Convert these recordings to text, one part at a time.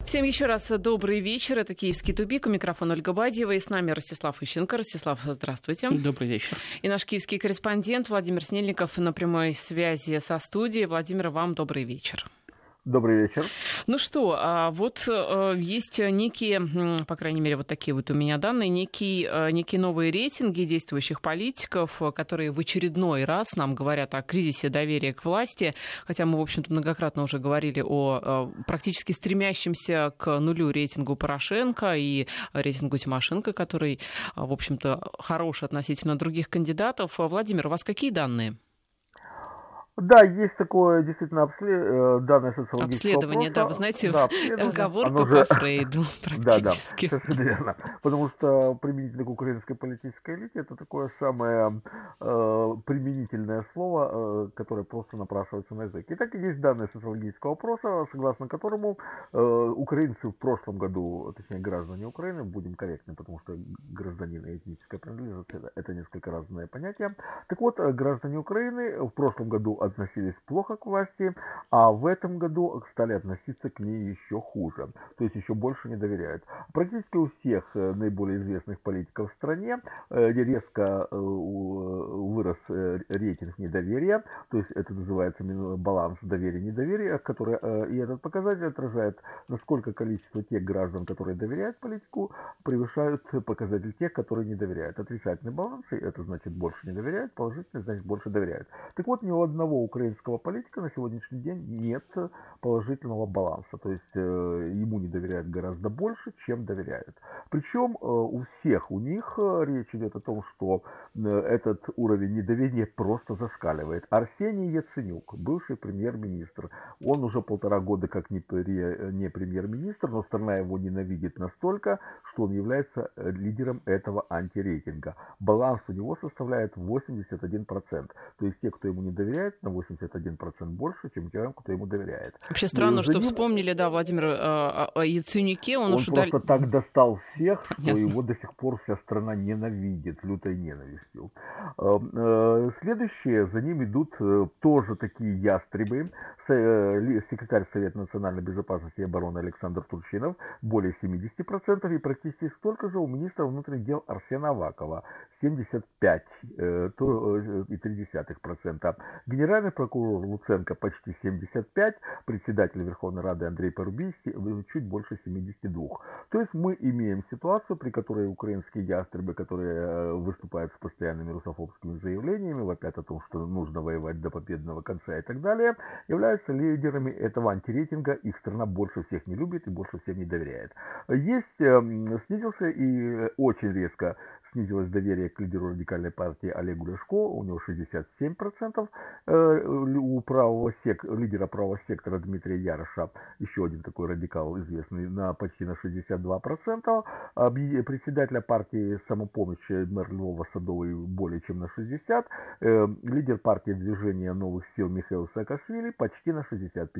Всем еще раз добрый вечер. Это «Киевский тупик». У микрофона Ольга Бадьева. И с нами Ростислав Ищенко. Ростислав, здравствуйте. Добрый вечер. И наш киевский корреспондент Владимир Снельников на прямой связи со студией. Владимир, вам добрый вечер. Добрый вечер. Ну что, вот есть некие, по крайней мере, вот такие вот у меня данные, некие новые рейтинги действующих политиков, которые в очередной раз нам говорят о кризисе доверия к власти, хотя мы, в общем-то, многократно уже говорили о практически стремящемся к нулю рейтингу Порошенко и рейтингу Тимошенко, который, в общем-то, хорош относительно других кандидатов. Владимир, у вас какие данные? Да, есть такое действительно данное социологическое обследование, да, вы знаете, да, оговорка по Фрейду практически. Да, совершенно верно. Потому что применительно к украинской политической элите это такое самое применительное слово, которое просто напрашивается на язык. Итак, есть данные социологического опроса, согласно которому украинцы в прошлом году, точнее граждане Украины, будем корректны, потому что гражданин и этническая принадлежность это несколько разные понятия. Так вот, граждане Украины в прошлом году относились плохо к власти, а в этом году стали относиться к ней еще хуже, то есть еще больше не доверяют. Практически у всех наиболее известных политиков в стране резко вырос рейтинг недоверия, то есть это называется баланс доверия-недоверия, который и этот показатель отражает, насколько количество тех граждан, которые доверяют политику, превышают показатель тех, которые не доверяют. Отрицательный баланс, это значит больше не доверяют, положительный значит больше доверяют. Так вот, ни у одного украинского политика на сегодняшний день нет положительного баланса, то есть ему не доверяют гораздо больше, чем доверяют. Причем у всех у них речь идет о том, что этот уровень недоверия просто зашкаливает. Арсений Яценюк, бывший премьер-министр, он уже 1,5 года как не премьер-министр, но страна его ненавидит настолько, что он является лидером этого антирейтинга. Баланс у него составляет 81%, то есть те, кто ему не доверяет, на 81% больше, чем тем, кто ему доверяет. Вообще странно, что вспомнили, да, Владимир, о Яценюке. Он просто так достал всех, что его до сих пор вся страна ненавидит, лютой ненавистью. Следующие, за ним идут тоже такие ястребы. Секретарь Совета национальной безопасности и обороны Александр Турчинов, более 70%, и практически столько же у министра внутренних дел Арсена Авакова, 75,3%. Генеральный прокурор Луценко почти 75%, председатель Верховной Рады Андрей Парубий чуть больше 72%. То есть мы имеем ситуацию, при которой украинские ястребы, которые выступают с постоянными русофобскими заявлениями, вопят о том, что нужно воевать до победного конца и так далее, являются лидерами этого антирейтинга. Их страна больше всех не любит и больше всем не доверяет. Снизился и очень резко снизилось доверие к лидеру радикальной партии Олегу Ляшко, у него 67%, у лидера правого сектора Дмитрия Яроша, еще один такой радикал известный, почти на 62%, председателя партии самопомощи мэр Львова Садовый более чем на 60%, лидер партии движения новых сил Михаил Саакашвили почти на 60%,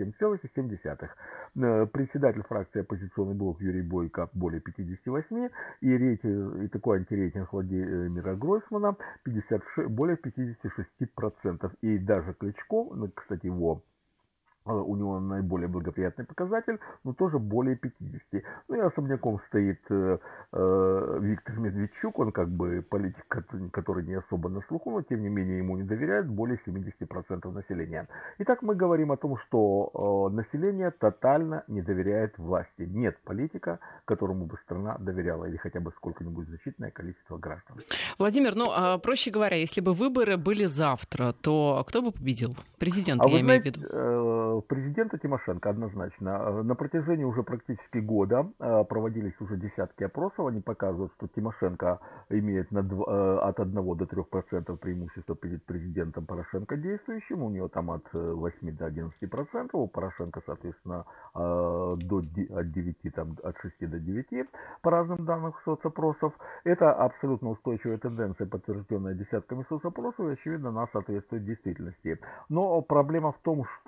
57,7%, председатель фракции оппозиционный блок Юрий Бойко более 58%, и такой антирейтинг Владимира Гройсмана более 56%. И даже Кличко, кстати, у него наиболее благоприятный показатель, но тоже более 50. Ну и особняком стоит Виктор Медведчук, он как бы политик, который не особо на слуху, но тем не менее ему не доверяют более 70% населения. Итак, мы говорим о том, что население тотально не доверяет власти. Нет политика, которому бы страна доверяла, или хотя бы сколько-нибудь значительное количество граждан. Владимир, проще говоря, если бы выборы были завтра, то кто бы победил? Президент, я имею в виду. Президента Тимошенко однозначно. На протяжении уже практически года проводились уже десятки опросов. Они показывают, что Тимошенко имеет от 1 до 3% преимущества перед президентом Порошенко действующим. У него там от 8 до 11%. У Порошенко, соответственно, от 9, там, от 6 до 9 по разным данным соцопросов. Это абсолютно устойчивая тенденция, подтвержденная десятками соцопросов, и, очевидно, она соответствует действительности. Но проблема в том, что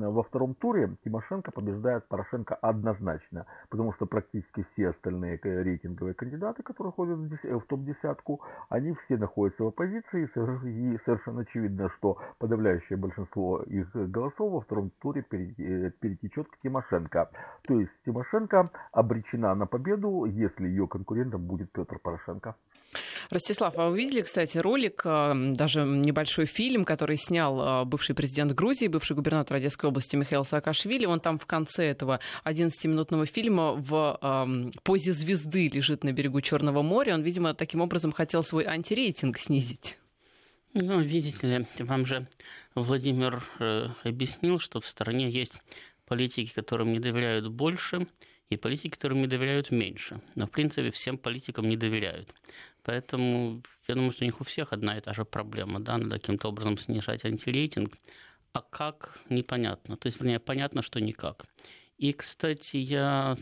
во втором туре Тимошенко побеждает Порошенко однозначно, потому что практически все остальные рейтинговые кандидаты, которые ходят в топ-10, они все находятся в оппозиции, и совершенно очевидно, что подавляющее большинство их голосов во втором туре перетечет к Тимошенко. То есть Тимошенко обречена на победу, если ее конкурентом будет Петр Порошенко. Ростислав, а вы видели, кстати, ролик, даже небольшой фильм, который снял бывший президент Грузии, бывший губернатор Одесской области Михаил Саакашвили. Он там в конце этого 11-минутного фильма в позе звезды лежит на берегу Черного моря. Он, видимо, таким образом хотел свой антирейтинг снизить. Ну, видите ли, вам же Владимир объяснил, что в стране есть политики, которым не доверяют больше, и политики, которым не доверяют меньше. Но, в принципе, всем политикам не доверяют. Поэтому я думаю, что у них у всех одна и та же проблема. Да? Надо каким-то образом снижать антирейтинг. А как, непонятно. То есть, вернее, понятно, что никак. И, кстати, я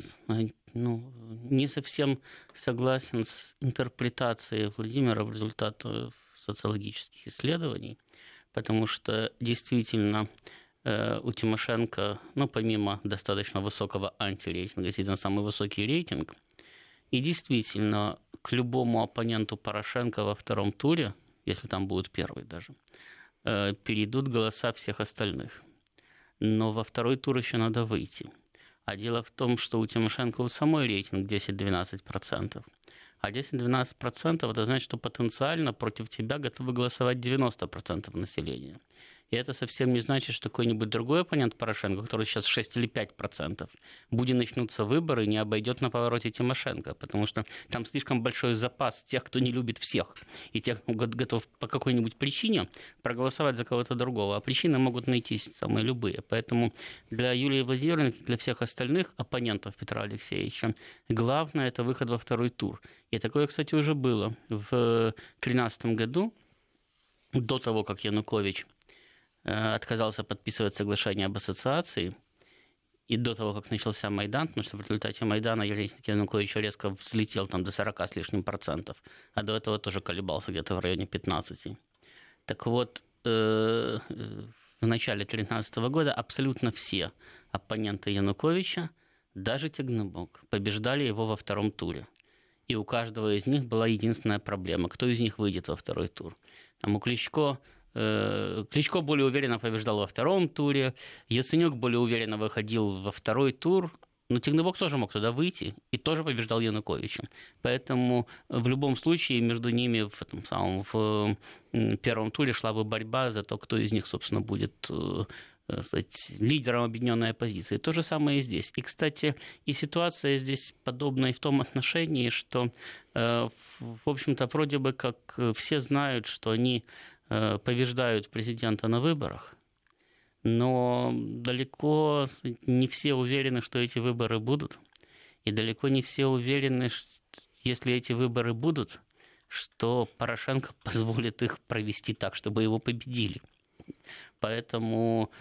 не совсем согласен с интерпретацией Владимира в результате социологических исследований, потому что действительно у Тимошенко, помимо достаточно высокого антирейтинга, действительно самый высокий рейтинг. И действительно, к любому оппоненту Порошенко во втором туре, если там будет первый даже, перейдут голоса всех остальных. Но во второй тур еще надо выйти. А дело в том, что у Тимошенко у самой рейтинг 10-12%. А 10-12% это значит, что потенциально против тебя готовы голосовать 90% населения. И это совсем не значит, что какой-нибудь другой оппонент Порошенко, который сейчас 6 или 5%, будет начнутся выборы, не обойдет на повороте Тимошенко, потому что там слишком большой запас тех, кто не любит всех, и тех, кто готов по какой-нибудь причине проголосовать за кого-то другого. А причины могут найтись самые любые. Поэтому для Юлии Владимировны, для всех остальных оппонентов Петра Алексеевича, главное – это выход во второй тур. И такое, кстати, уже было в 2013 году, до того, как Янукович отказался подписывать соглашение об ассоциации, и до того, как начался Майдан, потому что в результате Майдана рейтинг Януковича резко взлетел там до 40 с лишним процентов, а до этого тоже колебался где-то в районе 15. Так вот, в начале 2013 года абсолютно все оппоненты Януковича, даже Тягнебок, побеждали его во втором туре. И у каждого из них была единственная проблема. Кто из них выйдет во второй тур? Там у Кличко более уверенно побеждал во втором туре, Яценюк более уверенно выходил во второй тур, но Тягнебок тоже мог туда выйти и тоже побеждал Януковича. Поэтому в любом случае между ними в первом туре шла бы борьба за то, кто из них, собственно, будет лидером объединенной оппозиции. То же самое и здесь. И, кстати, и ситуация здесь подобная в том отношении, что, в общем-то, вроде бы как все знают, что они побеждают президента на выборах, но далеко не все уверены, что эти выборы будут, и далеко не все уверены, что если эти выборы будут, что Порошенко позволит их провести так, чтобы его победили. Поэтому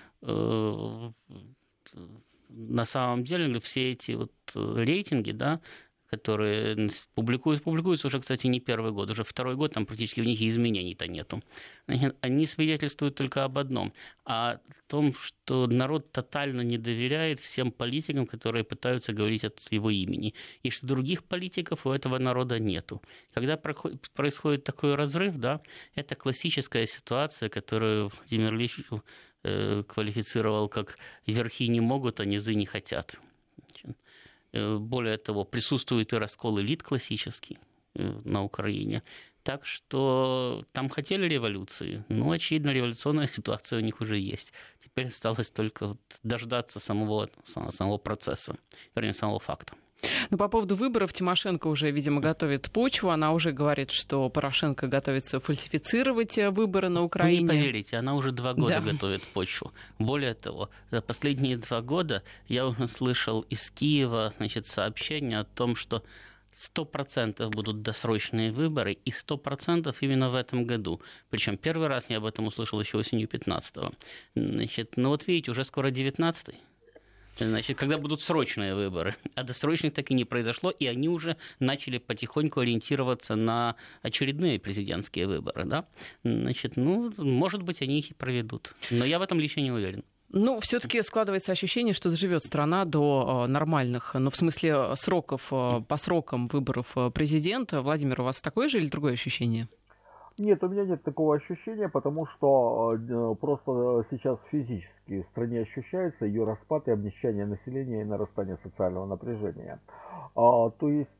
на самом деле все эти рейтинги, да, которые публикуются уже, кстати, не первый год, уже второй год, там практически в них и изменений-то нету. Они свидетельствуют только об одном, о том, что народ тотально не доверяет всем политикам, которые пытаются говорить от его имени, и что других политиков у этого народа нету. Когда происходит такой разрыв, да, это классическая ситуация, которую Владимир Ильич квалифицировал как «верхи не могут, а низы не хотят». Более того, присутствует и раскол элит классический на Украине. Так что там хотели революции, но, очевидно, революционная ситуация у них уже есть. Теперь осталось только дождаться самого процесса, вернее, самого факта. Но по поводу выборов Тимошенко уже, видимо, готовит почву. Она уже говорит, что Порошенко готовится фальсифицировать выборы на Украине. Вы не поверите, она уже 2 года готовит почву. Более того, за последние 2 года я уже слышал из Киева, сообщение о том, что 100% будут досрочные выборы, и 100% именно в этом году. Причем первый раз я об этом услышал еще осенью 15-го. Видите, уже скоро 19-й. Когда будут срочные выборы. А досрочных так и не произошло, и они уже начали потихоньку ориентироваться на очередные президентские выборы. Да? Может быть, они их и проведут. Но я в этом лично не уверен. Ну, все-таки складывается ощущение, что доживет страна до нормальных, ну, в смысле сроков, по срокам выборов президента. Владимир, у вас такое же или другое ощущение? Нет, у меня нет такого ощущения, потому что просто сейчас физически в стране ощущается ее распад и обнищание населения и нарастание социального напряжения. То есть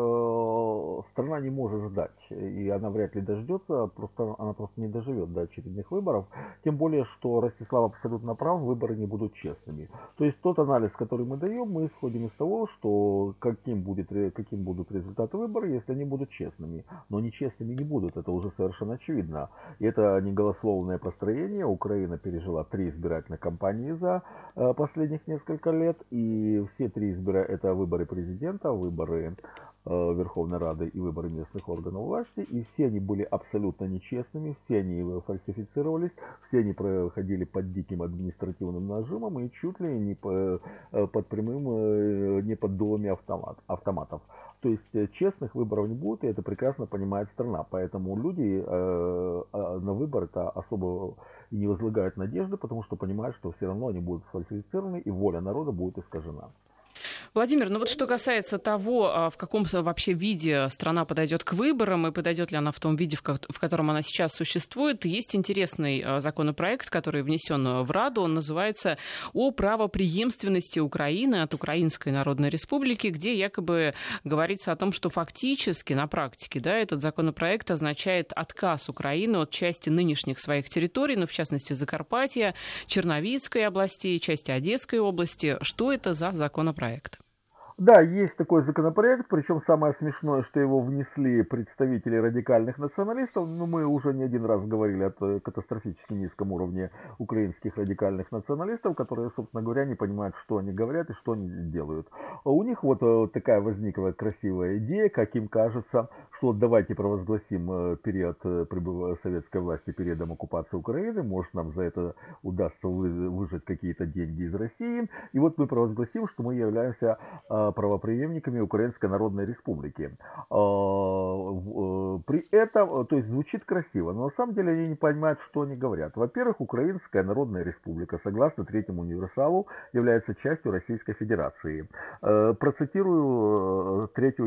страна не может ждать, и она вряд ли дождется, она просто не доживет до очередных выборов. Тем более, что Ростислав абсолютно прав, выборы не будут честными. То есть тот анализ, который мы даем, мы исходим из того, что каким будут результаты выборов, если они будут честными. Но нечестными не будут, это уже совершенно очевидно. И это не голословное построение. Украина пережила 3 избирательных кампании за последних несколько лет, и все 3 это выборы президента, выборы Верховной Рады и выборы местных органов власти, и все они были абсолютно нечестными, все они фальсифицировались, все они проходили под диким административным нажимом и чуть ли не под прямым, не под дулами автоматов. То есть честных выборов не будет, и это прекрасно понимает страна, поэтому люди на выборы-то особо и не возлагают надежды, потому что понимают, что все равно они будут сфальсифицированы, и воля народа будет искажена. Владимир, ну вот что касается того, в каком вообще виде страна подойдет к выборам, и подойдет ли она в том виде, в котором она сейчас существует, есть интересный законопроект, который внесен в Раду, он называется «О правопреемственности Украины от Украинской Народной Республики», где якобы говорится о том, что фактически, на практике, да, этот законопроект означает отказ Украины от части нынешних своих территорий, ну, в частности, Закарпатья, Черновицкой области, части Одесской области. Что это за законопроект? Да, есть такой законопроект, причем самое смешное, что его внесли представители радикальных националистов. Но мы уже не один раз говорили о катастрофически низком уровне украинских радикальных националистов, которые, собственно говоря, не понимают, что они говорят и что они делают. У них вот такая возникла красивая идея, как им кажется, что давайте провозгласим период советской власти периодом оккупации Украины, может нам за это удастся выжать какие-то деньги из России, и вот мы провозгласим, что мы являемся правопреемниками Украинской Народной Республики. При этом, то есть звучит красиво, но на самом деле они не понимают, что они говорят. Во-первых, Украинская Народная Республика, согласно Третьему универсалу, является частью Российской Федерации. Процитирую Третий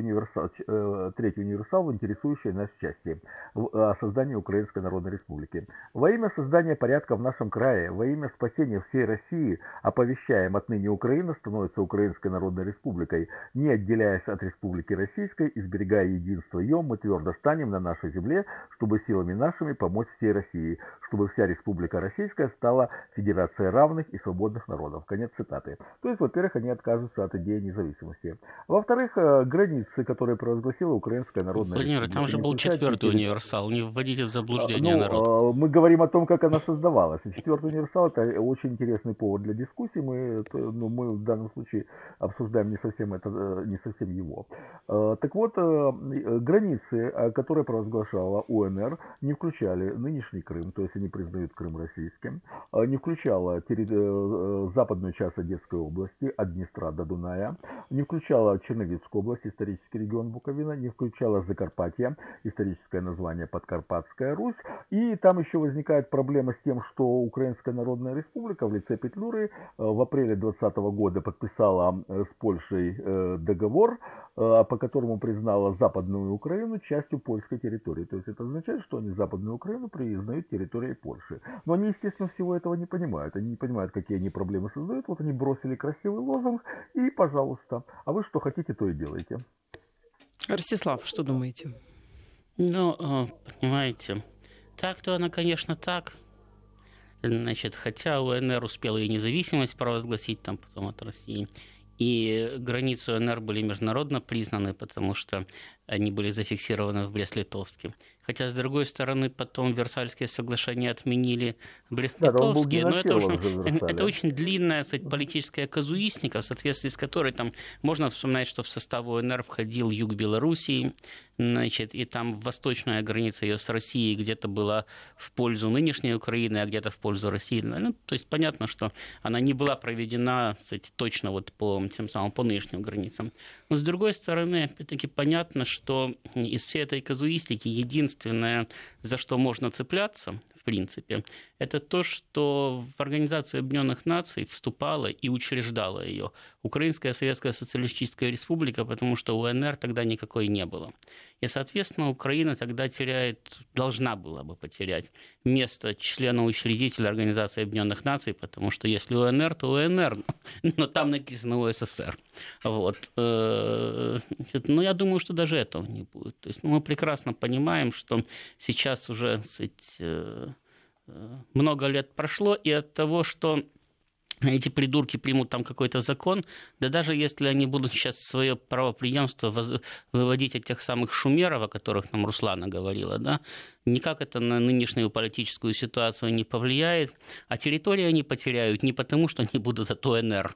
универсал в интересующей нас части о создании Украинской Народной Республики. Во имя создания порядка в нашем крае, во имя спасения всей России, оповещаем, отныне Украина становится Украинской Народной Республикой. Не отделяясь от Республики Российской и сберегая единство ее, мы твердо станем на нашей земле, чтобы силами нашими помочь всей России, чтобы вся Республика Российская стала федерацией равных и свободных народов. Конец цитаты. То есть, во-первых, они откажутся от идеи независимости. Во-вторых, границы, которые провозгласила Украинская Народная Республика. Владимир, там же был 4-й универсал, не вводите в заблуждение народ. Мы говорим о том, как она создавалась. 4-й универсал — это очень интересный повод для дискуссии. Мы в данном случае обсуждаем не совсем его. Так вот, границы, которые провозглашала УНР, не включали нынешний Крым, то есть они признают Крым российским, не включала западную часть Одесской области, от Днестра до Дуная, не включала Черновицкую область, исторический регион Буковина, не включала Закарпатье, историческое название Подкарпатская Русь, и там еще возникает проблема с тем, что Украинская Народная Республика в лице Петлюры в апреле 2020 года подписала с Польшей договор, по которому признала Западную Украину частью польской территории. То есть это означает, что они Западную Украину признают территорией Польши. Но они, естественно, всего этого не понимают. Они не понимают, какие они проблемы создают. Вот они бросили красивый лозунг и, пожалуйста, а вы что хотите, то и делайте. Ростислав, что думаете? Ну, понимаете, так-то она, конечно, так. Значит, хотя УНР успела и независимость провозгласить там потом от России, и границы УНР были международно признаны, потому что они были зафиксированы в Брест-Литовске. Хотя, с другой стороны, потом Версальские соглашения отменили Брест-Литовские. Но это очень длинная, кстати, политическая казуистика, в соответствии с которой там можно вспоминать, что в состав УНР входил юг Белоруссии, значит, и там восточная граница ее с Россией где-то была в пользу нынешней Украины, а где-то в пользу России. Ну, то есть понятно, что она не была проведена, кстати, точно вот по нынешним границам. Но, с другой стороны, опять-таки понятно, что из всей этой казуистики единственное, за что можно цепляться, в принципе, это то, что в Организацию Объединенных Наций вступала и учреждала ее Украинская Советская Социалистическая Республика, потому что УНР тогда никакой не было. И, соответственно, Украина тогда должна была бы потерять место члена-учредителя Организации Объединенных Наций, потому что если УНР, то УНР, но там написано УССР. Вот. Но я думаю, что даже этого не будет. То есть мы прекрасно понимаем, что сейчас уже много лет прошло, и от того, что эти придурки примут там какой-то закон, да даже если они будут сейчас свое правопреемство выводить от тех самых шумеров, о которых нам Руслана говорила, да, никак это на нынешнюю политическую ситуацию не повлияет, а территории они потеряют не потому, что они будут от УНР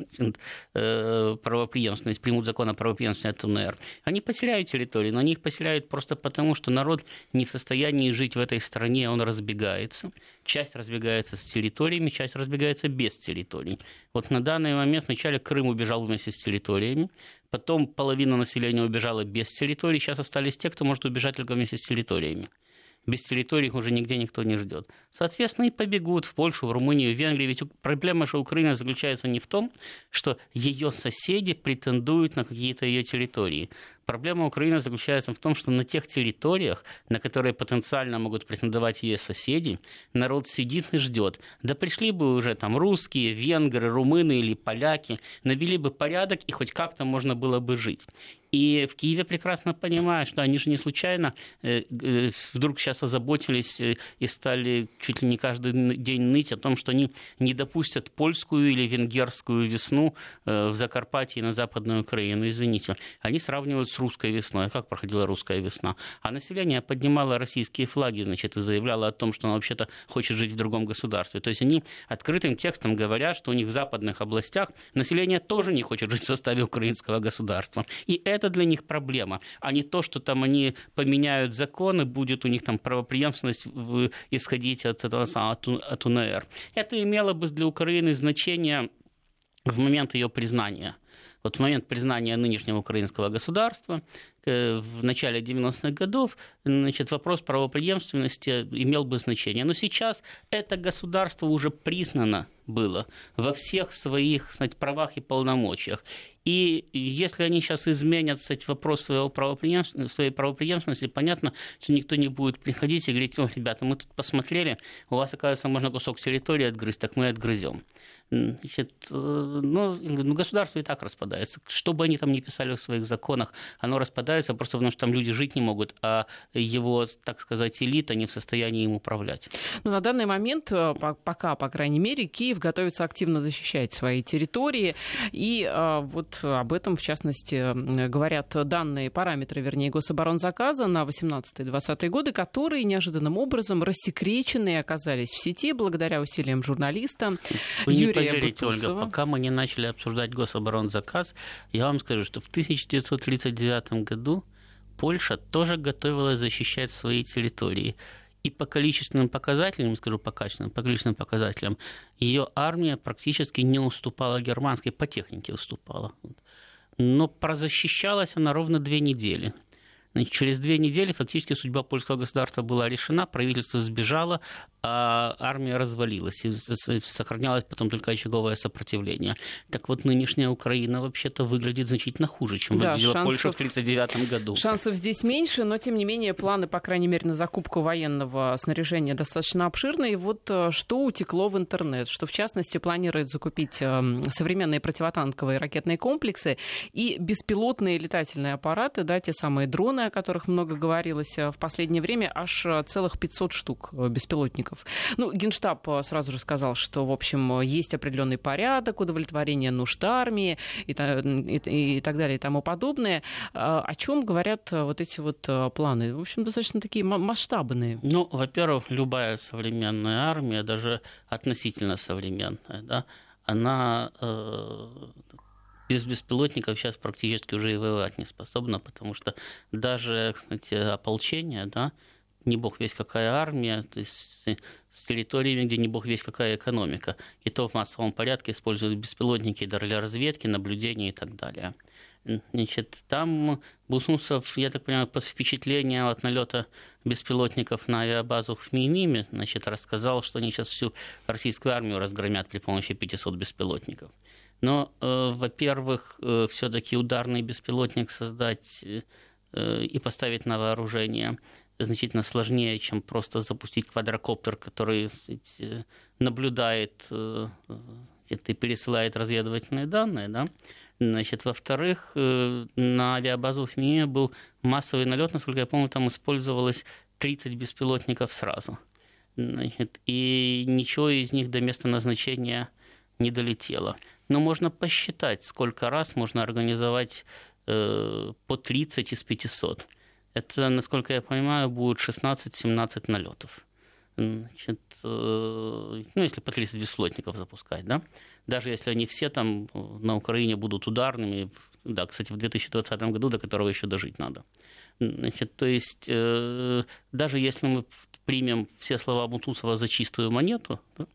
правопреемственность, примут закон о правопреемственности от УНР. Они потеряют территории, но они их потеряют просто потому, что народ не в состоянии жить в этой стране, он разбегается. Часть разбегается с территориями, часть разбегается без территорий. Вот на данный момент вначале Крым убежал вместе с территориями, потом половина населения убежала без территорий, сейчас остались те, кто может убежать только вместе с территориями. Без территорий их уже нигде никто не ждет. Соответственно, и побегут в Польшу, в Румынию, в Венгрию. Ведь проблема же Украины заключается не в том, что ее соседи претендуют на какие-то ее территории. Проблема Украины заключается в том, что на тех территориях, на которые потенциально могут претендовать ее соседи, народ сидит и ждет. Да пришли бы уже там русские, венгры, румыны или поляки, навели бы порядок, и хоть как-то можно было бы жить. И в Киеве прекрасно понимают, что они же не случайно вдруг сейчас озаботились и стали чуть ли не каждый день ныть о том, что они не допустят польскую или венгерскую весну в Закарпатье и на Западную Украину. Извините, они сравнивают с русской весной. Как проходила русская весна? А население поднимало российские флаги, значит, и заявляло о том, что оно вообще-то хочет жить в другом государстве. То есть они открытым текстом говорят, что у них в западных областях население тоже не хочет жить в составе украинского государства. И это для них проблема, а не то, что там они поменяют законы, будет у них там правопреемственность исходить от УНР. Это имело бы для Украины значение в момент ее признания. Вот в момент признания нынешнего украинского государства в начале 90-х годов, значит, вопрос правопреемственности имел бы значение. Но сейчас это государство уже признано было во всех своих, кстати, правах и полномочиях. И если они сейчас изменят, кстати, вопрос своей правопреемственности, понятно, что никто не будет приходить и говорить: о, ребята, мы тут посмотрели, у вас, оказывается, можно кусок территории отгрызть, так мы отгрызем. Значит, государство и так распадается. Что бы они там ни писали в своих законах, оно распадается просто потому, что там люди жить не могут, а его, так сказать, элита не в состоянии им управлять. Но на данный момент, пока, по крайней мере, Киев готовится активно защищать свои территории. И вот об этом, в частности, говорят данные параметры, вернее, гособоронзаказа на 18-20 годы, которые неожиданным образом рассекречены оказались в сети благодаря усилиям журналиста Юрия Поверите, Ольга, пока мы не начали обсуждать гособоронзаказ, я вам скажу, что в 1939 году Польша тоже готовилась защищать свои территории. И по количественным показателям, скажу по качественным, по количественным показателям, ее армия практически не уступала германской, по технике уступала. Но прозащищалась она ровно 2 недели. Значит, через 2 недели фактически судьба польского государства была решена, правительство сбежало, а армия развалилась, и сохранялось потом только очаговое сопротивление. Так вот, нынешняя Украина вообще-то выглядит значительно хуже, чем выглядела Польша в 1939 году. Шансов здесь меньше, но, тем не менее, планы, по крайней мере, на закупку военного снаряжения достаточно обширные. И вот что утекло в интернет, что, в частности, планирует закупить современные противотанковые ракетные комплексы и беспилотные летательные аппараты, да, те самые дроны, о которых много говорилось в последнее время, аж целых 500 штук беспилотников. Ну, Генштаб сразу же сказал, что, в общем, есть определенный порядок удовлетворения нужд армии и так далее и тому подобное. О чем говорят вот эти вот планы? В общем, достаточно такие масштабные. Ну, во-первых, любая современная армия, даже относительно современная, да, она без беспилотников сейчас практически уже и воевать не способна, потому что даже, кстати, ополчение, да, не бог весть какая армия, то есть с территориями, где не бог весть какая экономика. И то в массовом порядке используют беспилотники для разведки, наблюдения и так далее. Значит, там Бутусов, я так понимаю, под впечатлением от налета беспилотников на авиабазу в Хмеймиме, значит, рассказал, что они сейчас всю российскую армию разгромят при помощи 500 беспилотников. Но, во-первых, все-таки ударный беспилотник создать и поставить на вооружение значительно сложнее, чем просто запустить квадрокоптер, который наблюдает и пересылает разведывательные данные, да? Значит, во-вторых, на авиабазу в Хмеймиме был массовый налет, насколько я помню, там использовалось 30 беспилотников сразу. Значит, и ничего из них до места назначения не долетело. Но можно посчитать, сколько раз можно организовать по 30 из 500. Это, насколько я понимаю, будет 16-17 налетов. Значит, если по 30 беспилотников запускать, да? Даже если они все там на Украине будут ударными, да, кстати, в 2020 году, до которого еще дожить надо. Значит, то есть, даже если мы примем все слова Бутусова за чистую монету, да,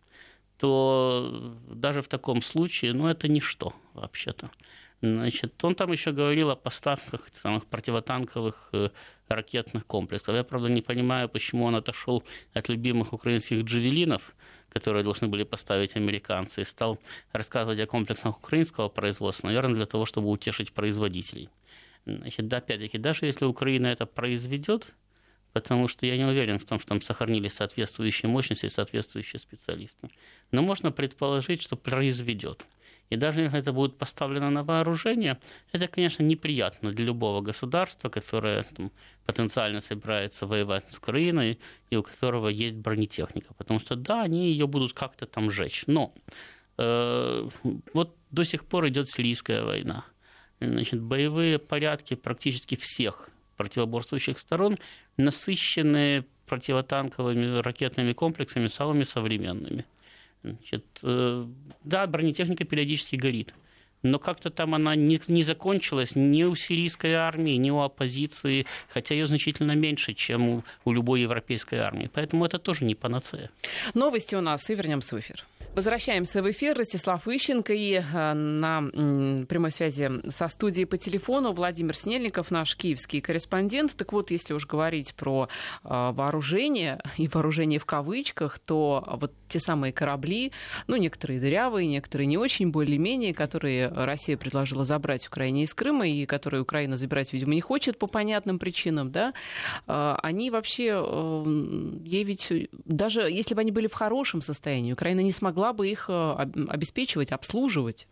то даже в таком случае, это ничто вообще-то. Значит, он там еще говорил о поставках самых противотанковых ракетных комплексов. Я, правда, не понимаю, почему он отошел от любимых украинских джавелинов, которые должны были поставить американцы, и стал рассказывать о комплексах украинского производства, наверное, для того, чтобы утешить производителей. Значит, да, опять-таки, даже если Украина это произведет, потому что я не уверен в том, что там сохранились соответствующие мощности и соответствующие специалисты, но можно предположить, что произведет. И даже если это будет поставлено на вооружение, это, конечно, неприятно для любого государства, которое потенциально собирается воевать с Украиной и у которого есть бронетехника. Потому что, да, они ее будут как-то там жечь. Но вот до сих пор идет сирийская война. Значит, боевые порядки практически всех противоборствующих сторон насыщены противотанковыми ракетными комплексами самыми современными. Значит, да, бронетехника периодически горит, но как-то там она не закончилась ни у сирийской армии, ни у оппозиции, хотя ее значительно меньше, чем у любой европейской армии. Поэтому это тоже не панацея. Новости у нас, и вернемся в эфир. Возвращаемся в эфир. Ростислав Ищенко, и на прямой связи со студией по телефону Владимир Снельников, наш киевский корреспондент. Так вот, если уж говорить про вооружение, и вооружение в кавычках, то вот те самые корабли, некоторые дырявые, некоторые не очень, более-менее, которые Россия предложила забрать Украине из Крыма, и которые Украина забирать, видимо, не хочет по понятным причинам, да, они вообще, ей ведь, даже если бы они были в хорошем состоянии, Украина не смогла бы их обеспечивать, обслуживать.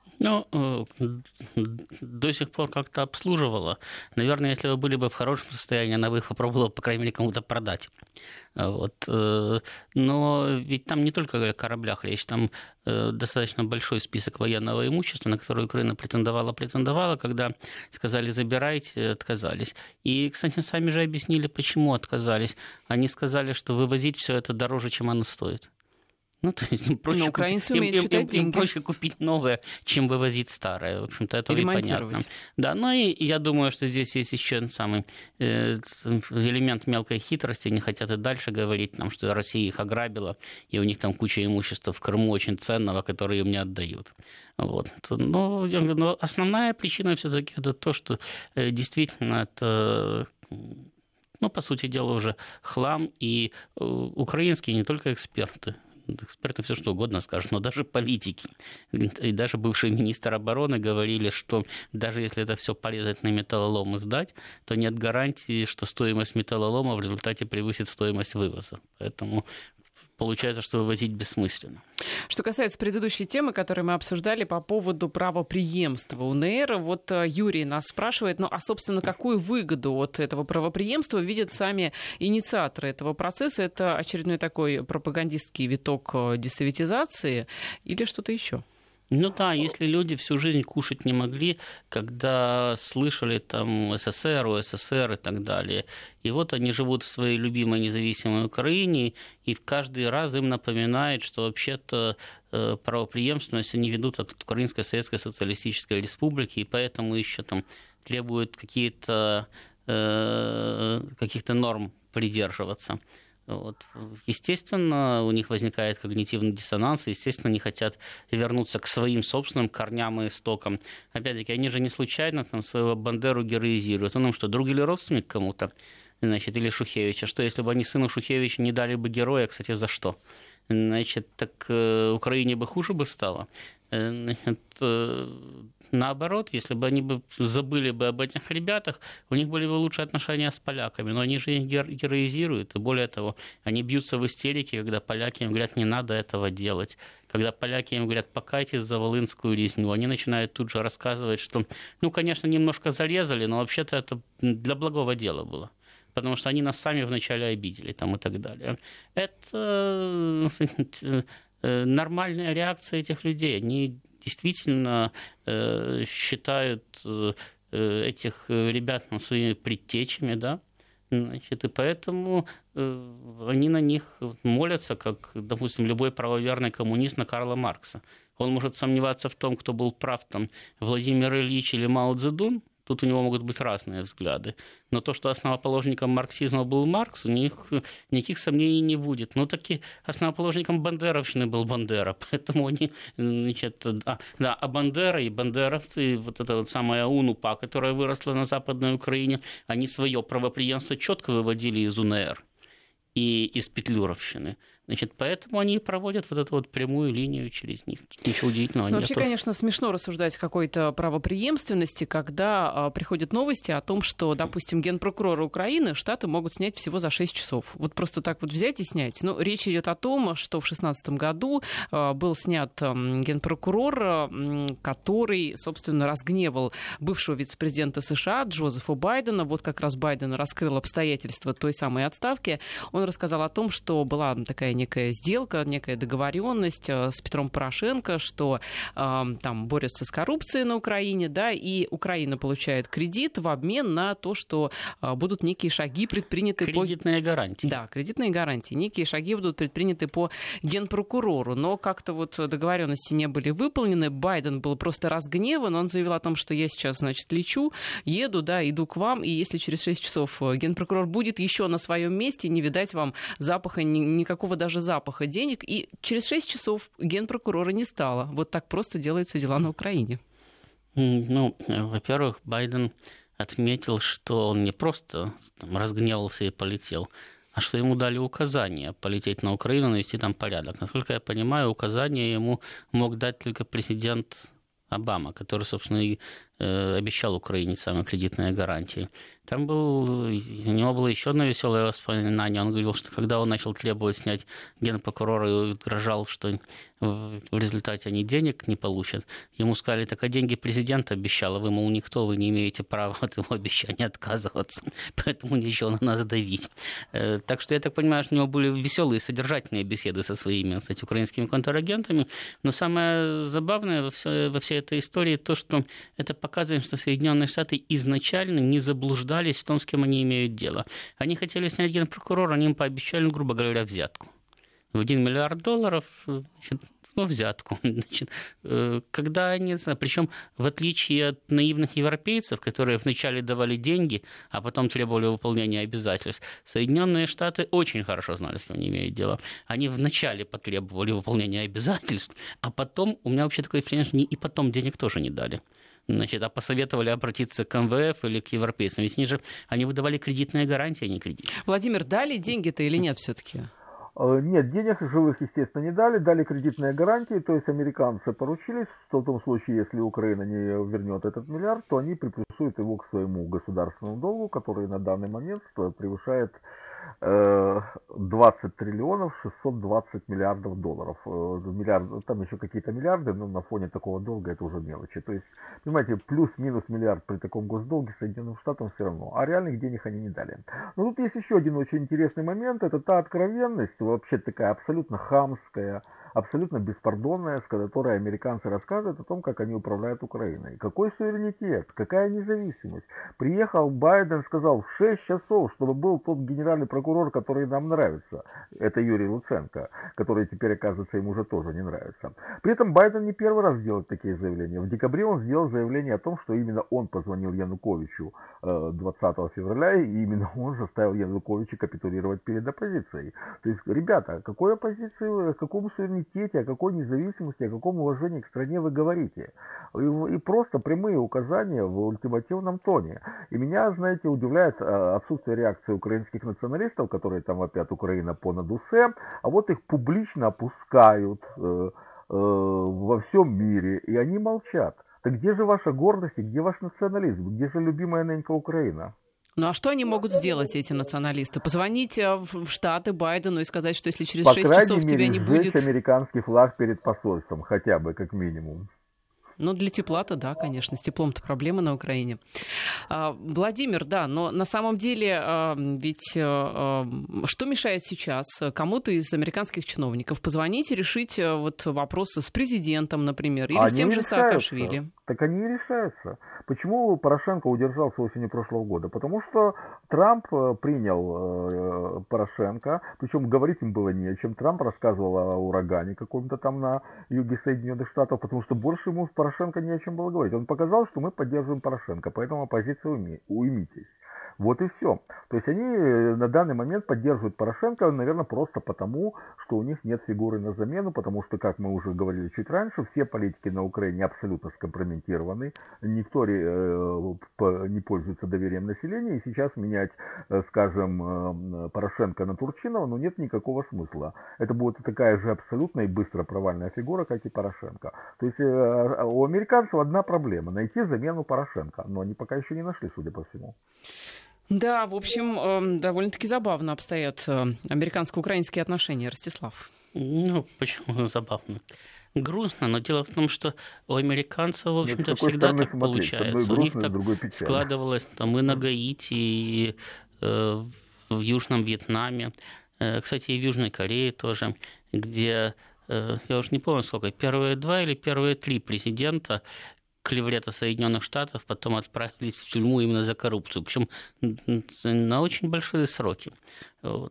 До сих пор как-то обслуживала. Наверное, если бы были бы в хорошем состоянии, она бы их попробовала, по крайней мере, кому-то продать. Вот. Но ведь там не только о кораблях речь, там достаточно большой список военного имущества, на которое Украина претендовала, когда сказали «забирайте», отказались. И, кстати, сами же объяснили, почему отказались. Они сказали, что вывозить все это дороже, чем оно стоит. То есть им проще купить новое, чем вывозить старое. В общем-то, это и понятно. Да, и я думаю, что здесь есть еще самый элемент мелкой хитрости. Они хотят и дальше говорить нам, что Россия их ограбила, и у них там куча имущества в Крыму очень ценного, которое им не отдают. Вот. Но основная причина все-таки это то, что действительно это... по сути дела, уже хлам, и украинские не только эксперты все что угодно скажут, но даже политики и даже бывший министр обороны говорили, что даже если это все порезать на металлолом и сдать, то нет гарантии, что стоимость металлолома в результате превысит стоимость вывоза. Поэтому получается, что вывозить бессмысленно. Что касается предыдущей темы, которую мы обсуждали по поводу правопреемства УНР, вот Юрий нас спрашивает, собственно, какую выгоду от этого правопреемства видят сами инициаторы этого процесса? Это очередной такой пропагандистский виток десоветизации или что-то еще? Если люди всю жизнь кушать не могли, когда слышали там СССР, УССР и так далее. И вот они живут в своей любимой независимой Украине, и в каждый раз им напоминает, что вообще-то правопреемственность они ведут от Украинской Советской Социалистической Республики, и поэтому еще там требуют каких-то норм придерживаться. Вот. Естественно, у них возникает когнитивный диссонанс, естественно, они хотят вернуться к своим собственным корням и истокам. Опять-таки, они же не случайно там своего Бандеру героизируют. Он им что, друг или родственник кому-то? Значит, или Шухевича. Что, если бы они сыну Шухевича не дали бы героя, кстати, за что? Значит, так Украине бы хуже бы стало. Значит, наоборот, если бы они бы забыли бы об этих ребятах, у них были бы лучшие отношения с поляками. Но они же их героизируют. И более того, они бьются в истерике, когда поляки им говорят, не надо этого делать. Когда поляки им говорят, покайтесь за волынскую резню, они начинают тут же рассказывать, что, ну, конечно, немножко зарезали, но вообще-то это для благого дела было. Потому что они нас сами вначале обидели там, и так далее. Это нормальная реакция этих людей. Они действительно считают этих ребят своими предтечами, да? Значит, и поэтому они на них молятся, как, допустим, любой правоверный коммунист на Карла Маркса. Он может сомневаться в том, кто был прав, там, Владимир Ильич или Мао Цзэдун. Тут у него могут быть разные взгляды. Но то, что основоположником марксизма был Маркс, у них никаких сомнений не будет. Но таки основоположником бандеровщины был Бандера. Поэтому они, значит, а Бандера и бандеровцы, вот эта вот самая УНУПА, которая выросла на Западной Украине, они свое правопреемство четко выводили из УНР и из петлюровщины. Значит, поэтому они проводят вот эту вот прямую линию через них. Ничего удивительного нет. Вообще, конечно, смешно рассуждать о какой-то правопреемственности, когда приходят новости о том, что, допустим, генпрокурора Украины Штаты могут снять всего за 6 часов. Вот просто так вот взять и снять. Ну, речь идет о том, что в 2016 году был снят генпрокурор, который, собственно, разгневал бывшего вице-президента США Джозефа Байдена. Вот как раз Байден раскрыл обстоятельства той самой отставки. Он рассказал о том, что была такая некая сделка, некая договоренность с Петром Порошенко, что там борются с коррупцией на Украине, да, и Украина получает кредит в обмен на то, что будут некие шаги предприняты кредитные гарантии. Да, кредитные гарантии. Некие шаги будут предприняты по генпрокурору, но как-то вот договоренности не были выполнены. Байден был просто разгневан, он заявил о том, что я сейчас, значит, лечу, еду, да, иду к вам, и если через 6 часов генпрокурор будет еще на своем месте, не видать вам запаха, никакого даже запаха денег, и через 6 часов генпрокурора не стало. Вот так просто делаются дела на Украине. Ну, во-первых, Байден отметил, что он не просто там разгневался и полетел, а что ему дали указание полететь на Украину, навести там порядок. Насколько я понимаю, указание ему мог дать только президент Обама, который, собственно, и обещал Украине самые кредитные гарантии. Там у него было еще одно веселое воспоминание. Он говорил, что когда он начал требовать снять генпрокурора и угрожал, что в результате они денег не получат, ему сказали, так а деньги президент обещал, а вы, мол, никто, вы не имеете права от его обещания отказываться, поэтому ничего на нас давить. Так что я так понимаю, что у него были веселые, содержательные беседы со своими, кстати, украинскими контрагентами. Но самое забавное во всей этой истории то, что это показывает, что Соединенные Штаты изначально не заблуждались в том, с кем они имеют дело. Они хотели снять генпрокурора, они им пообещали, грубо говоря, взятку. В $1 миллиард, значит, взятку. Значит, когда они, причем в отличие от наивных европейцев, которые вначале давали деньги, а потом требовали выполнения обязательств, Соединенные Штаты очень хорошо знали, с кем они имеют дело. Они вначале потребовали выполнения обязательств, а потом, у меня вообще такое впечатление, что и потом денег тоже не дали. Значит, а посоветовали обратиться к МВФ или к европейцам. Ведь они выдавали кредитные гарантии, а не кредиты. Владимир, дали деньги-то или нет все-таки? Нет, денег живых, естественно, не дали, дали кредитные гарантии, то есть американцы поручились, что в том случае, если Украина не вернет этот миллиард, то они приплюсуют его к своему государственному долгу, который на данный момент превышает 20 триллионов 620 миллиардов долларов. Там еще какие-то миллиарды, но на фоне такого долга это уже мелочи. То есть, понимаете, плюс-минус миллиард при таком госдолге Соединенным Штатам все равно. А реальных денег они не дали. Но тут есть еще один очень интересный момент. Это та откровенность, вообще такая абсолютно хамская, абсолютно беспардонная, с которой американцы рассказывают о том, как они управляют Украиной. Какой суверенитет, какая независимость. Приехал Байден, сказал в 6 часов, чтобы был тот генеральный прокурор, который нам нравится. Это Юрий Луценко, который теперь, оказывается, ему уже тоже не нравится. При этом Байден не первый раз делает такие заявления. В декабре он сделал заявление о том, что именно он позвонил Януковичу 20 февраля, и именно он заставил Януковича капитулировать перед оппозицией. То есть, ребята, о какой оппозиции, о каком суверенитете, о какой независимости, о каком уважении к стране вы говорите? И просто прямые указания в ультимативном тоне. И меня, знаете, удивляет отсутствие реакции украинских националистов, которые там вопят «Украина понад усе», а вот их публично опускают во всем мире, и они молчат. Так где же ваша гордость и где ваш национализм? Где же любимая ненька Украина? Ну а что они могут сделать, эти националисты? Позвонить в Штаты Байдену и сказать, что если через 6 часов тебя не будет... По крайней мере, сжечь американский флаг перед посольством, хотя бы, как минимум. Ну, для тепла-то, да, конечно. С теплом-то проблемы на Украине. Владимир, да, но на самом деле ведь что мешает сейчас кому-то из американских чиновников позвонить и решить вот вопросы с президентом, решаются. Или с тем же Саакашвили? Так они и решаются. Почему Порошенко удержался осенью прошлого года? Потому что Трамп принял Порошенко, причем говорить им было не о чем. Трамп рассказывал о урагане каком-то там на юге Соединенных Штатов, потому что больше ему Порошенко не о чем было говорить. Он показал, что мы поддерживаем Порошенко, поэтому оппозиция уймитесь. Вот и все. То есть они на данный момент поддерживают Порошенко, наверное, просто потому, что у них нет фигуры на замену, потому что, как мы уже говорили чуть раньше, все политики на Украине абсолютно скомпрометированы, никто не пользуется доверием населения, и сейчас менять, скажем, Порошенко на Турчинова, нет никакого смысла. Это будет такая же абсолютно и быстро провальная фигура, как и Порошенко. То есть у американцев одна проблема – найти замену Порошенко, но они пока еще не нашли, судя по всему. Да, в общем, довольно-таки забавно обстоят американско-украинские отношения, Ростислав. Почему забавно? Грустно, но дело в том, что у американцев, в общем-то, всегда так получается. У них так складывалось там и на Гаити, и в Южном Вьетнаме, кстати, и в Южной Корее тоже, где, я уже не помню сколько, первые 2 или первые 3 президента клеврета Соединенных Штатов потом отправились в тюрьму именно за коррупцию, причем на очень большие сроки. Вот.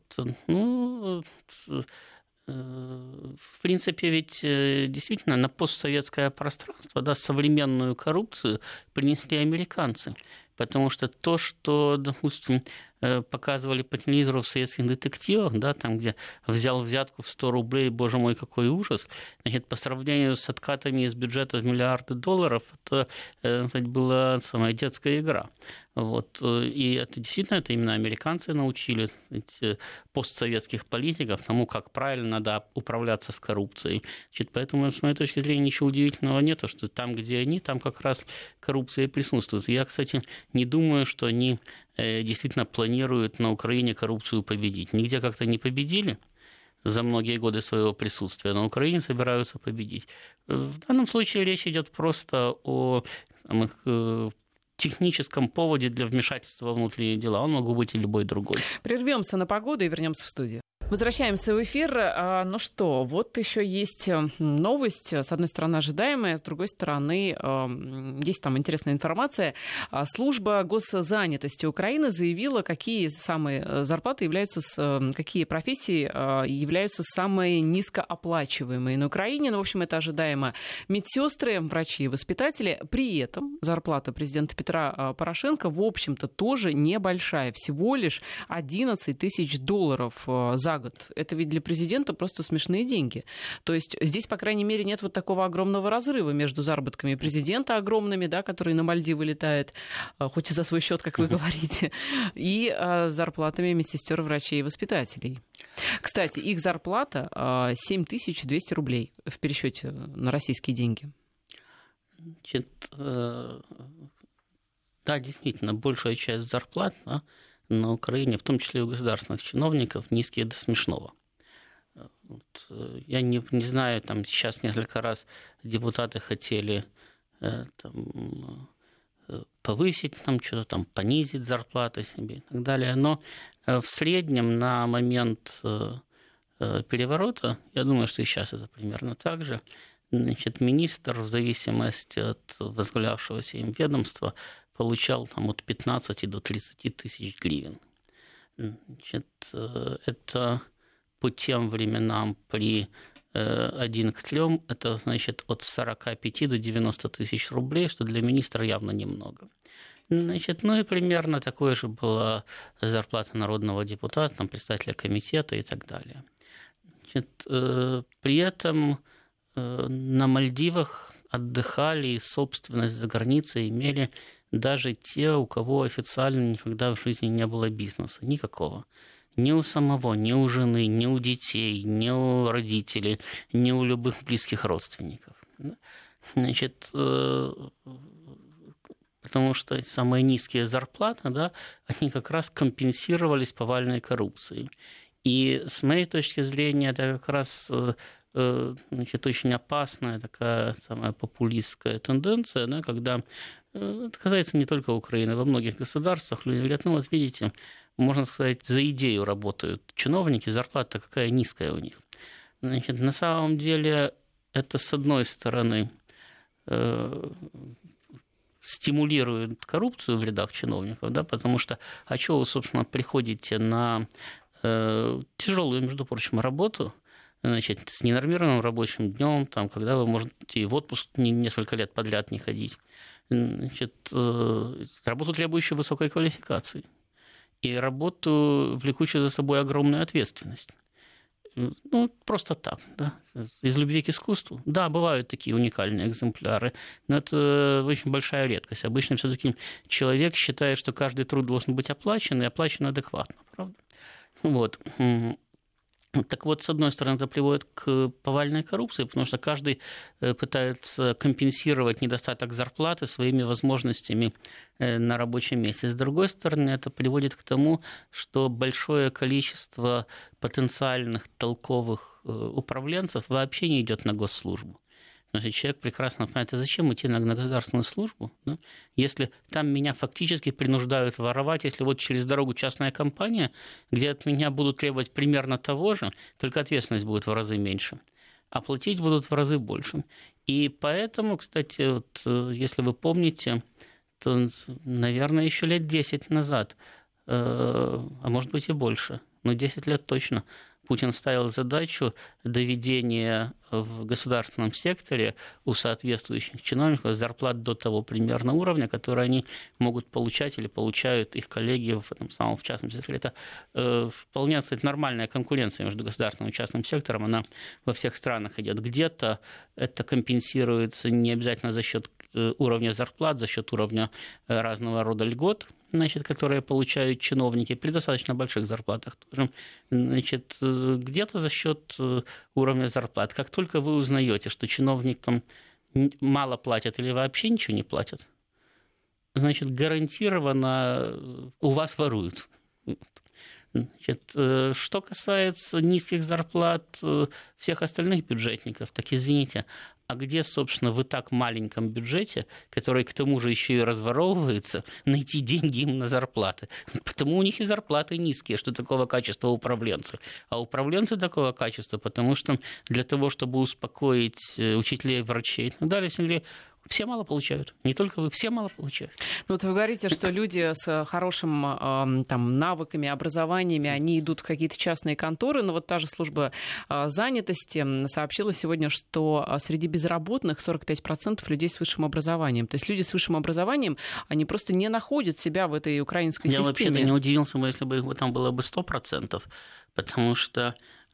В принципе, ведь действительно на постсоветское пространство современную коррупцию принесли американцы. Потому что то, что, допустим, показывали по телевизору в советских детективах, там, где взял взятку в 100 рублей, боже мой, какой ужас, по сравнению с откатами из бюджета в миллиарды долларов, это, была самая детская игра. Вот. И это действительно, это именно американцы научили постсоветских политиков тому, как правильно надо управляться с коррупцией. Поэтому, с моей точки зрения, ничего удивительного нет, что там, где они, там как раз коррупция присутствует. Я, кстати, не думаю, что они действительно планируют на Украине коррупцию победить. Нигде как-то не победили за многие годы своего присутствия, на Украине собираются победить. В данном случае речь идет просто о техническом поводе для вмешательства во внутренние дела. Он мог быть и любой другой. Прервемся на погоду и вернемся в студию. Возвращаемся в эфир. Ну что, вот еще есть новость, с одной стороны ожидаемая, с другой стороны есть там интересная информация. Служба госзанятости Украины заявила, какие самые зарплаты являются, какие профессии являются самые низкооплачиваемые на Украине. Ну, в общем, это ожидаемо. Медсестры, врачи и воспитатели. При этом зарплата президента Петра Порошенко, в общем-то, тоже небольшая. Всего лишь $11 тысяч за год. Это ведь для президента просто смешные деньги. То есть здесь, по крайней мере, нет вот такого огромного разрыва между заработками президента огромными, который на Мальдивы летает, хоть и за свой счет, как вы говорите, и зарплатами медсестер, врачей и воспитателей. Кстати, их зарплата 7200 рублей в пересчете на российские деньги. Да, действительно, большая часть зарплат на Украине, в том числе и у государственных чиновников, низкие до смешного. Я не знаю, там сейчас несколько раз депутаты хотели повысить, что-то понизить зарплаты себе и так далее, но в среднем на момент переворота, я думаю, что и сейчас это примерно так же, значит, министр в зависимости от возглавлявшегося им ведомства получал там, от 15 до 30 тысяч гривен. Значит, это по тем временам при 1 к 3, это значит от 45 до 90 тысяч рублей, что для министра явно немного. Значит, ну и примерно такой же была зарплата народного депутата, там, председателя комитета и так далее. Значит, при этом на Мальдивах отдыхали и собственность за границей имели даже те, у кого официально никогда в жизни не было бизнеса, никакого. Ни у самого, ни у жены, ни у детей, ни у родителей, ни у любых близких родственников. Значит, потому что самые низкие зарплаты, да, они как раз компенсировались повальной коррупцией. И с моей точки зрения, это как раз, значит, очень опасная такая самая популистская тенденция, да, когда, это касается не только Украины, во многих государствах люди говорят, ну вот видите, можно сказать, за идею работают чиновники, зарплата какая низкая у них. Значит, на самом деле это, с одной стороны, стимулирует коррупцию в рядах чиновников, да, потому что, а что вы, собственно, приходите на тяжелую, между прочим, работу, значит, с ненормированным рабочим днем, там, когда вы можете и в отпуск несколько лет подряд не ходить, значит, работу, требующую высокой квалификации, и работу, влекущую за собой огромную ответственность. Ну, просто так, да, из любви к искусству. Да, бывают такие уникальные экземпляры, но это очень большая редкость. Обычно все-таки человек считает, что каждый труд должен быть оплачен, и оплачен адекватно, правда? Вот. Так вот, с одной стороны, это приводит к повальной коррупции, потому что каждый пытается компенсировать недостаток зарплаты своими возможностями на рабочем месте. С другой стороны, это приводит к тому, что большое количество потенциальных толковых управленцев вообще не идет на госслужбу. Потому что человек прекрасно понимает, а зачем идти на государственную службу, да? Если там меня фактически принуждают воровать, если вот через дорогу частная компания, где от меня будут требовать примерно того же, только ответственность будет в разы меньше, а платить будут в разы больше. И поэтому, кстати, вот, если вы помните, то, наверное, еще лет 10 назад, а может быть и больше, но 10 лет точно, Путин ставил задачу доведения в государственном секторе у соответствующих чиновников зарплат до того примерно уровня, который они могут получать или получают их коллеги в этом самом в частном секторе. Это вполне, кстати, нормальная конкуренция между государственным и частным сектором. Она во всех странах идет. Где-то это компенсируется не обязательно за счет уровня зарплат, за счет уровня разного рода льгот, значит, которые получают чиновники при достаточно больших зарплатах тоже. Значит, где-то за счет уровня зарплат. Как только вы узнаете, что чиновникам мало платят или вообще ничего не платят, значит, гарантированно у вас воруют. Значит, что касается низких зарплат всех остальных бюджетников, так извините, а где, собственно, в и так маленьком бюджете, который к тому же еще и разворовывается, найти деньги им на зарплаты? Потому у них и зарплаты низкие, что такого качества управленцы. А управленцы такого качества, потому что для того, чтобы успокоить учителей, врачей и так далее, все мало получают. Не только вы, все мало получают. Вот вы говорите, что люди с хорошим там, навыками, образованиями, они идут в какие-то частные конторы, но вот та же служба занятости сообщила сегодня, что среди безработных 45% людей с высшим образованием. То есть люди с высшим образованием, они просто не находят себя в этой украинской системе. Я вообще-то не удивился бы, если бы их там было бы 100%, потому что,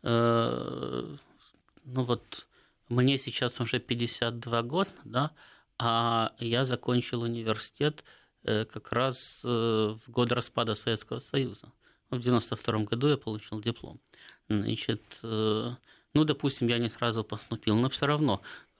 ну вот, мне сейчас уже 52 года, да, а я закончил университет как раз в год распада Советского Союза. В 1992 году я получил диплом. Значит, ну, допустим, я не сразу поступил, но все равно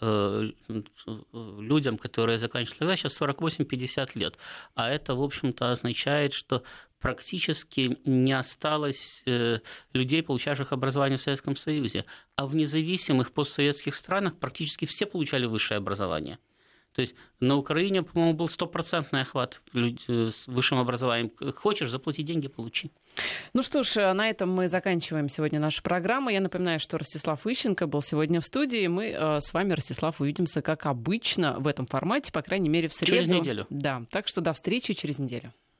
людям, которые заканчивали тогда, сейчас 48-50 лет. А это, в общем-то, означает, что практически не осталось людей, получавших образование в Советском Союзе. А в независимых постсоветских странах практически все получали высшее образование. То есть на Украине, по-моему, был 100% охват с высшим образованием. Хочешь, заплати деньги, получи. Ну что ж, на этом мы заканчиваем сегодня нашу программу. Я напоминаю, что Ростислав Ищенко был сегодня в студии. Мы с вами, Ростислав, увидимся, как обычно, в этом формате, по крайней мере, в среду. Через неделю. Да, так что до встречи через неделю.